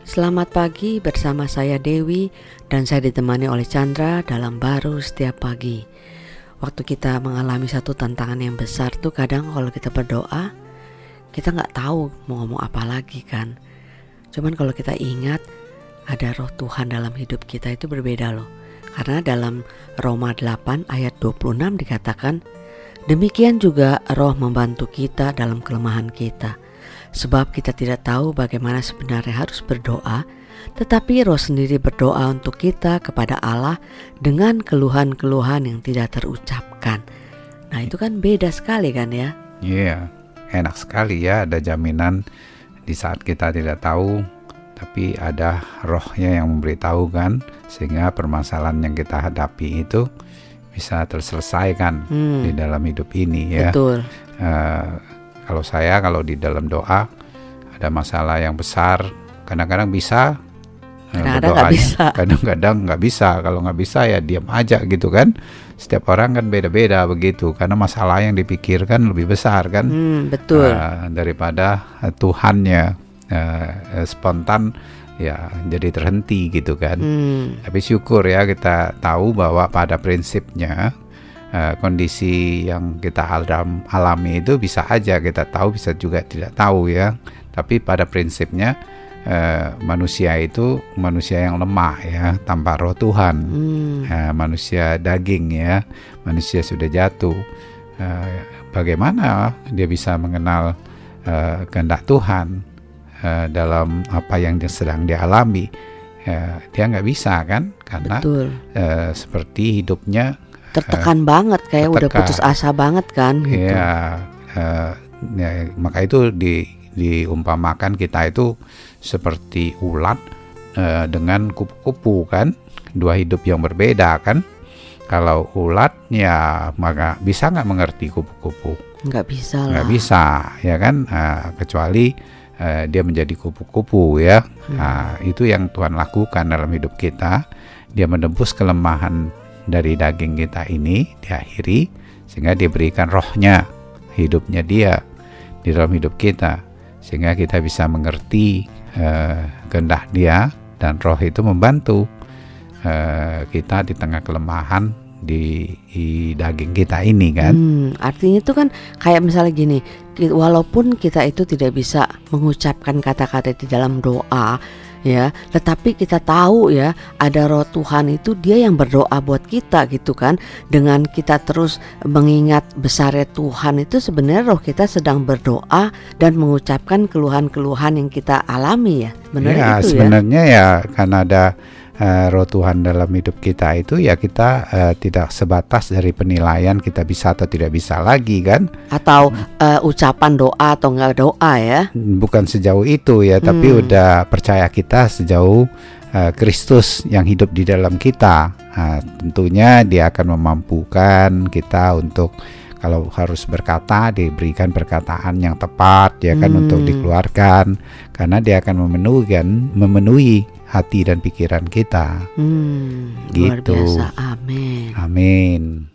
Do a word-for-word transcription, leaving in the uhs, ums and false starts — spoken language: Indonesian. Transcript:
Selamat pagi, bersama saya Dewi dan saya ditemani oleh Chandra dalam Baru Setiap Pagi. Waktu kita mengalami satu tantangan yang besar tuh kadang kalau kita berdoa kita gak tahu mau ngomong apa lagi kan. Cuman kalau kita ingat ada roh Tuhan dalam hidup kita itu berbeda loh. Karena dalam Roma delapan ayat dua puluh enam dikatakan, demikian juga roh membantu kita dalam kelemahan kita. Sebab kita tidak tahu bagaimana sebenarnya harus berdoa, tetapi roh sendiri berdoa untuk kita kepada Allah dengan keluhan-keluhan yang tidak terucapkan. Nah itu kan beda sekali kan ya. Iya, yeah, enak sekali ya, ada jaminan di saat kita tidak tahu, tapi ada rohnya yang memberitahu kan, sehingga permasalahan yang kita hadapi itu bisa terselesaikan hmm. di dalam hidup ini ya. Betul. Uh, Kalau saya, kalau di dalam doa ada masalah yang besar, kadang-kadang bisa, kadang-kadang nggak bisa, kadang-kadang nggak bisa. Kalau nggak bisa ya diam aja gitu kan. Setiap orang kan beda-beda begitu, karena masalah yang dipikirkan lebih besar kan, hmm, betul. Uh, daripada uh, Tuhannya uh, uh, spontan ya jadi terhenti gitu kan. Hmm. Tapi syukur ya kita tahu bahwa pada prinsipnya Uh, kondisi yang kita alam, alami itu bisa aja kita tahu, bisa juga tidak tahu ya. Tapi pada prinsipnya uh, manusia itu manusia yang lemah ya, tanpa roh Tuhan. hmm. uh, Manusia daging ya, manusia sudah jatuh. uh, Bagaimana dia bisa mengenal uh, kehendak Tuhan uh, dalam apa yang dia sedang dialami? uh, Dia nggak bisa kan, karena uh, seperti hidupnya tertekan uh, banget, kayak tertekan. Udah putus asa banget kan gitu. Ya, uh, ya, maka itu di, diumpamakan kita itu seperti ulat uh, dengan kupu-kupu kan, dua hidup yang berbeda kan. Kalau ulat ya maka bisa nggak mengerti kupu-kupu? Nggak bisa lah. Nggak bisa ya kan, uh, kecuali uh, dia menjadi kupu-kupu ya. hmm. Nah, itu yang Tuhan lakukan dalam hidup kita. Dia menebus kelemahan dari daging kita ini, diakhiri sehingga diberikan rohnya, hidupnya dia di dalam hidup kita, sehingga kita bisa mengerti uh, kehendak dia, dan roh itu membantu uh, kita di tengah kelemahan di, di daging kita ini kan. hmm, Artinya itu kan kayak misalnya gini, walaupun kita itu tidak bisa mengucapkan kata-kata di dalam doa ya, tetapi kita tahu ya ada roh Tuhan itu dia yang berdoa buat kita gitu kan. Dengan kita terus mengingat besarnya Tuhan itu sebenarnya roh kita sedang berdoa dan mengucapkan keluhan-keluhan yang kita alami ya. Benar ya, itu sebenarnya ya. ya karena ada uh, roh Tuhan dalam hidup kita itu ya kita uh, tidak sebatas dari penilaian kita bisa atau tidak bisa lagi kan. Atau uh, ucapan doa atau enggak doa ya. Bukan sejauh itu ya, hmm. tapi udah percaya kita sejauh uh, Kristus yang hidup di dalam kita. Nah, tentunya dia akan memampukan kita untuk kalau harus berkata diberikan perkataan yang tepat ya kan, hmm. untuk dikeluarkan, karena dia akan memenuhi kan, memenuhi hati dan pikiran kita. Hmm, gitu. Luar biasa. Amin. Amin.